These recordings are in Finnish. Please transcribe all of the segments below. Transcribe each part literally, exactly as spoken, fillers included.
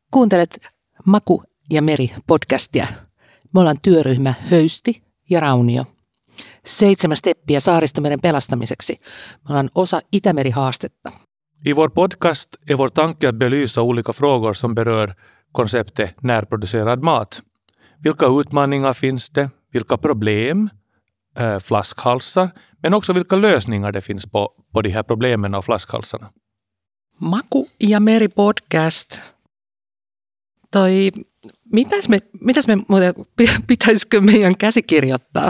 Kuuntelet Maku ja Meri podcastia. Me ollaan työryhmä Höysti ja Raunio. Seitsemän steppiä Saaristomeren pelastamiseksi. Me ollaan osa Itämeri-haastetta. I vår podcast är vår tanke att belysa olika frågor som berör konceptet närproducerad mat. Vilka utmaningar finns det? Vilka problem, äh, flaskhalsar, men också vilka lösningar det finns på, på de här problemen och flaskhalsarna. Maku ja Meri podcast. Toi, mitäs me, mitäs me muuten, pitäisikö meidän käsikirjoittaa?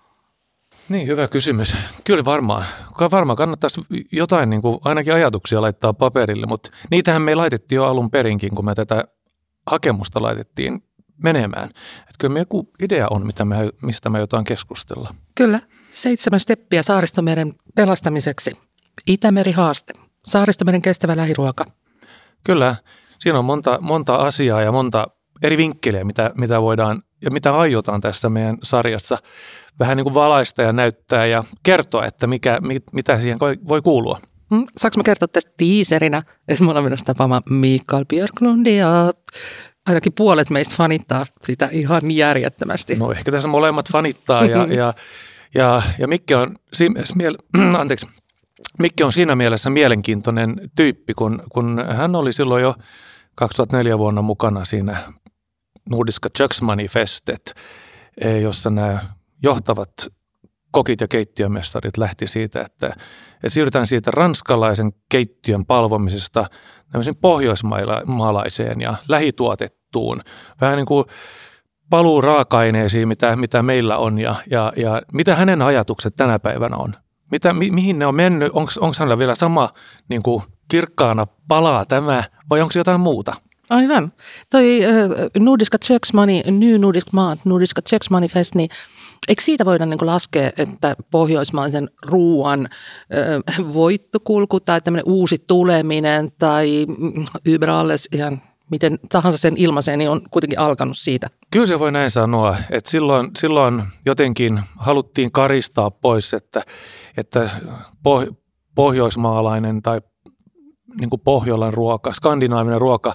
Niin, hyvä kysymys. Kyllä varmaan. Varmaan kannattaisi jotain niin kuin ainakin ajatuksia laittaa paperille, mutta niitähän me laitettiin jo alun perinkin, kun me tätä hakemusta laitettiin menemään. Että kyllä me joku idea on, mitä me, mistä me jotain keskustella. Kyllä. Seitsemän steppiä Saaristomeren pelastamiseksi. Itämeri-haaste. Saaristomeren kestävä lähiruoka. Kyllä. Siinä on monta, monta asiaa ja monta eri vinkkeliä, mitä, mitä voidaan ja mitä aiotaan tässä meidän sarjassa vähän niin kuin valaista ja näyttää ja kertoa, että mikä, mitä siihen voi kuulua. Mm, saanko mä kertoa tästä tiiserinä, että me ollaan menossa tapaamaan Mikael Björklundia. Ainakin puolet meistä fanittaa sitä ihan järjettömästi. No ehkä tässä molemmat fanittaa ja, ja, ja, ja Mikke on, anteeksi, Mikke on siinä mielessä mielenkiintoinen tyyppi, kun, kun hän oli silloin jo kaksituhattaneljä vuonna mukana siinä Nordiska Köksmanifestet, jossa nämä johtavat kokit ja keittiömestarit lähti siitä, että, että siirrytään siitä ranskalaisen keittiön palvomisesta tämmöisen pohjoismaalaiseen ja lähituotettuun. Vähän niin kuin paluu raaka-aineisiin, mitä, mitä meillä on ja, ja, ja mitä hänen ajatukset tänä päivänä on. Mitä, mi, mihin ne on mennyt? Onko hänellä vielä sama niin kuin kirkkaana palaa tämä vai onko jotain muuta? Aivan. Toi äh, Nordiska Köksmani, Ny Nordisk Mat, Nordiska Köksmanifest, niin eikö siitä voida niin kuin laskea, että pohjoismaisen ruoan äh, voittokulku tai tämmöinen uusi tuleminen tai ybralles ihan miten tahansa sen ilmaiseen, niin on kuitenkin alkanut siitä? Kyllä se voi näin sanoa, että silloin, silloin jotenkin haluttiin karistaa pois, että, että poh- pohjoismaalainen tai niin kuin Pohjolan ruoka, skandinaavinen ruoka,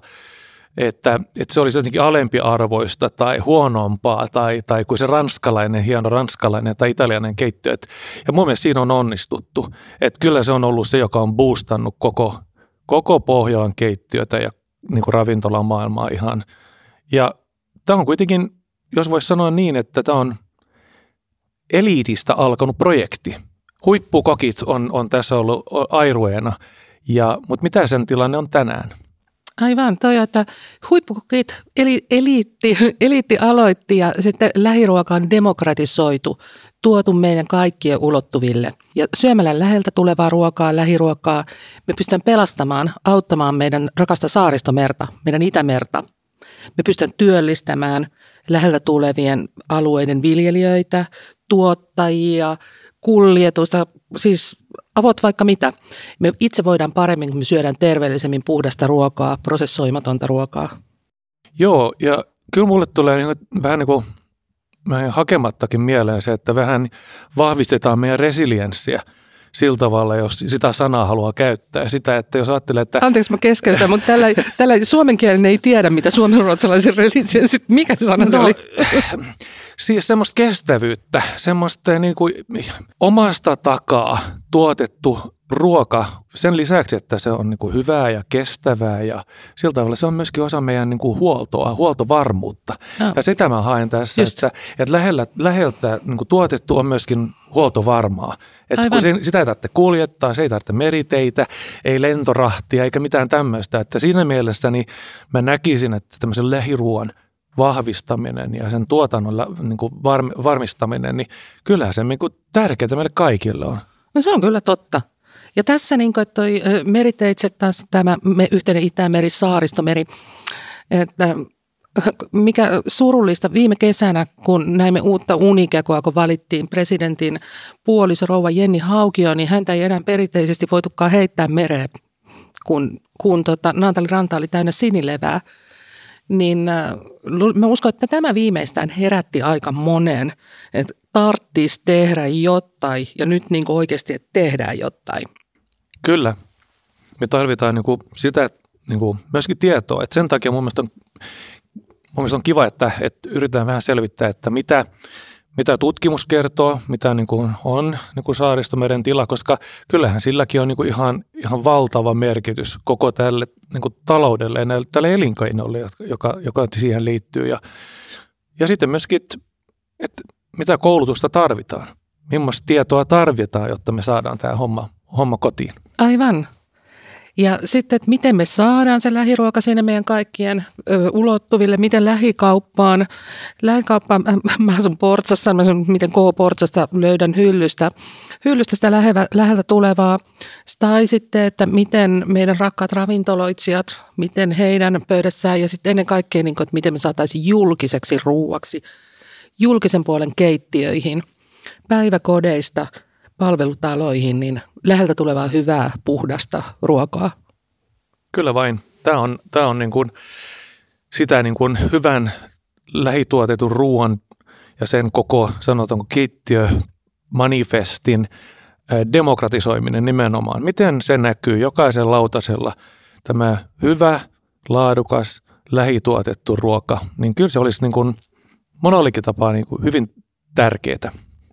että, että se olisi jotenkin alempiarvoista tai huonompaa tai, tai kuin se ranskalainen, hieno ranskalainen tai italialainen keittiö. Ja mun mielestä siinä on onnistuttu. Että kyllä se on ollut se, joka on boostannut koko, koko Pohjolan keittiötä ja niin kuin ravintolan maailmaa ihan. Ja tämä on kuitenkin, jos voisi sanoa niin, että tämä on eliitistä alkanut projekti. Huippukokit on, on tässä ollut airueena. Ja, mutta mitä sen tilanne on tänään? Aivan, toi, että huippukokit, eli, eliitti, eliitti aloitti ja sitten lähiruoka on demokratisoitu, tuotu meidän kaikkien ulottuville. Ja syömällä läheltä tulevaa ruokaa, lähiruokaa, me pystytään pelastamaan, auttamaan meidän rakasta Saaristomerta, meidän Itämerta. Me pystytään työllistämään läheltä tulevien alueiden viljelijöitä, tuottajia, kuljetusta, siis avot vaikka mitä. Me itse voidaan paremmin, kun me syödään terveellisemmin puhdasta ruokaa, prosessoimatonta ruokaa. Joo, ja kyllä mulle tulee niin kuin, vähän niin kuin vähän hakemattakin mieleen se, että vähän vahvistetaan meidän resilienssiä sillä tavalla, jos sitä sanaa haluaa käyttää. Sitä, että jos ajattelee, että... Anteeksi, mä keskeytän, mutta tällä, tällä suomenkielinen ei tiedä, mitä suomenruotsalaisen resilienssi, mikä sana se no, oli? Siis semmoista kestävyyttä, semmoista niin kuin omasta takaa tuotettu ruoka, sen lisäksi, että se on niin kuin hyvää ja kestävää ja sillä tavalla se on myöskin osa meidän niin kuin huoltoa, huoltovarmuutta. No. Ja sitä mä haen tässä, Just. että, että lähellä, läheltä niin kuin tuotettu on myöskin huoltovarmaa. Että kun se, sitä ei tarvitse kuljettaa, se ei tarvitse meriteitä, ei lentorahtia eikä mitään tämmöistä. Että siinä mielessä niin mä näkisin, että tämmöisen lähiruuan vahvistaminen ja sen tuotannon niin kuin varmistaminen, niin kyllähän se niin kuin tärkeää meille kaikille on. No se on kyllä totta. Ja tässä niin kuin, että toi meriteitse taas tämä yhteinen Itämeri, Saaristomeri, että mikä surullista viime kesänä, kun näimme uutta unikekoa, kun valittiin presidentin puoliso rouva Jenni Haukio, niin häntä ei enää perinteisesti voitukaan heittää mereen, kun, kun tota, Naantali ranta oli täynnä sinilevää. Niin mä uskon, että tämä viimeistään herätti aika monen, että tarvitsisi tehdä jotain ja nyt niin kuin oikeasti, että tehdään jotain. Kyllä. Me tarvitaan niin kuin sitä niin kuin myöskin tietoa. Et sen takia mun mielestä on, mun mielestä on kiva, että, että yritetään vähän selvittää, että mitä, mitä tutkimus kertoo, mitä niin kuin on niin kuin Saaristomeren tila, koska kyllähän silläkin on niin kuin ihan, ihan valtava merkitys koko tälle niin kuin taloudelle ja tälle elinkeinolle, joka, joka siihen liittyy. Ja, ja sitten myöskin, että mitä koulutusta tarvitaan, millaista tietoa tarvitaan, jotta me saadaan tämä homma, homma kotiin. Aivan. Ja sitten, että miten me saadaan se lähiruoka sinne meidän kaikkien ö, ulottuville, miten lähikauppaan, lähikauppaan, mä, mä asun Portsassa, mä sanon, miten K-Portsasta löydän hyllystä, hyllystä sitä lähellä, läheltä tulevaa, tai sitten, että miten meidän rakkaat ravintoloitsijat, miten heidän pöydässään ja sitten ennen kaikkea, niin kuin, että miten me saataisiin julkiseksi ruuaksi, julkisen puolen keittiöihin, päiväkodeista, palvelutaloihin, niin läheltä tulevaa hyvää, puhdasta ruokaa. Kyllä vain. Tämä on, tämä on niin kuin sitä niin kuin hyvän lähituotetun ruoan ja sen koko, sanotaanko, keittiömanifestin demokratisoiminen nimenomaan. Miten se näkyy jokaisen lautasella, tämä hyvä, laadukas, lähituotettu ruoka, niin kyllä se olisi niin kuin monellakin tapaa niin kuin hyvin tärkeää.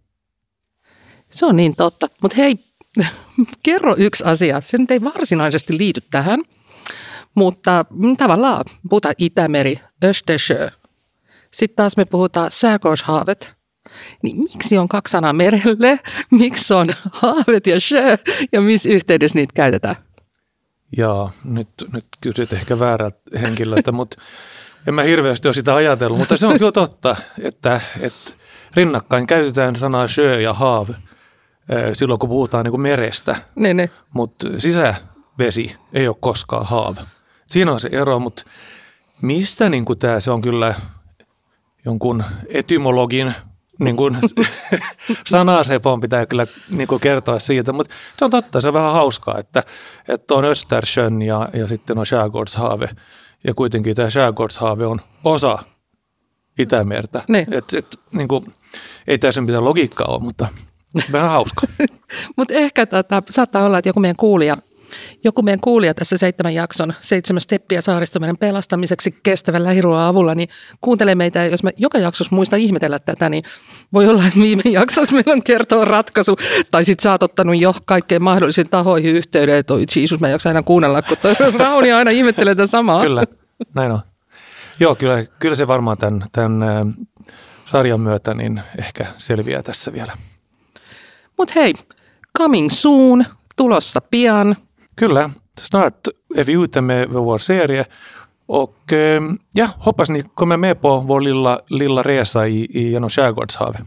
Se on niin totta. Mutta hei, kerro yksi asia. Se nyt ei varsinaisesti liity tähän, mutta tavallaan puhutaan Itämeri, Östersjö. Sitten taas me puhutaan Skärgårdshavet. Niin miksi on kaksi sanaa merelle? Miksi on haavet ja sjö? Ja missä yhteydessä niitä käytetään? Jaa, nyt, nyt kysyt ehkä väärät henkilöitä, mutta en mä hirveästi ole sitä ajatellut. Mutta se on kyllä totta, että, että rinnakkain käytetään sanaa sjö ja hav silloin, kun puhutaan niin kuin merestä, mutta sisävesi ei ole koskaan hav. Siinä on se ero, mutta mistä niin kuin tämä, se on kyllä jonkun etymologin niin kuin sanasepon pitää kyllä niin kuin kertoa siitä, mutta se on totta, se on vähän hauskaa, että, että on Östersjön ja, ja sitten on Skärgårdshavet ja kuitenkin tämä Skärgårdshavet on osa Itämertä. Et, et, niin kuin, ei tässä mitään logiikkaa ole, mutta vähän hauska. Mutta ehkä tota, saattaa olla, että joku meidän kuulija, joku meidän kuulija tässä seitsemän jakson, seitsemän steppiä Saaristomeren pelastamiseksi kestävän lähiruoan avulla, niin kuuntele meitä, jos mä joka jaksossa muista ihmetellä tätä, niin voi olla, että viime jaksossa meillä on kertoa ratkaisu, tai sitten sä oot ottanut jo kaikkein mahdollisiin tahoihin yhteyden, että oi Jeesus, mä en jaksa aina kuunnella, kun toi Rauni aina ihmettelee tätä samaa. Kyllä, näin on. Joo, kyllä, kyllä se varmaan tämän, tämän sarjan myötä niin ehkä selviää tässä vielä. Mutta hei, coming soon, tulossa pian. Kyllä, snart är vi ute med vår serie och ja, hoppas ni kommer med på vår lilla, lilla resa i, i genom Skärgårdshavet.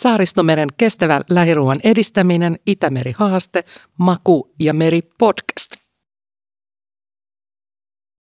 Saaristomeren kestävän lähiruuan edistäminen, Itämeri haaste, Maku ja Meri podcast.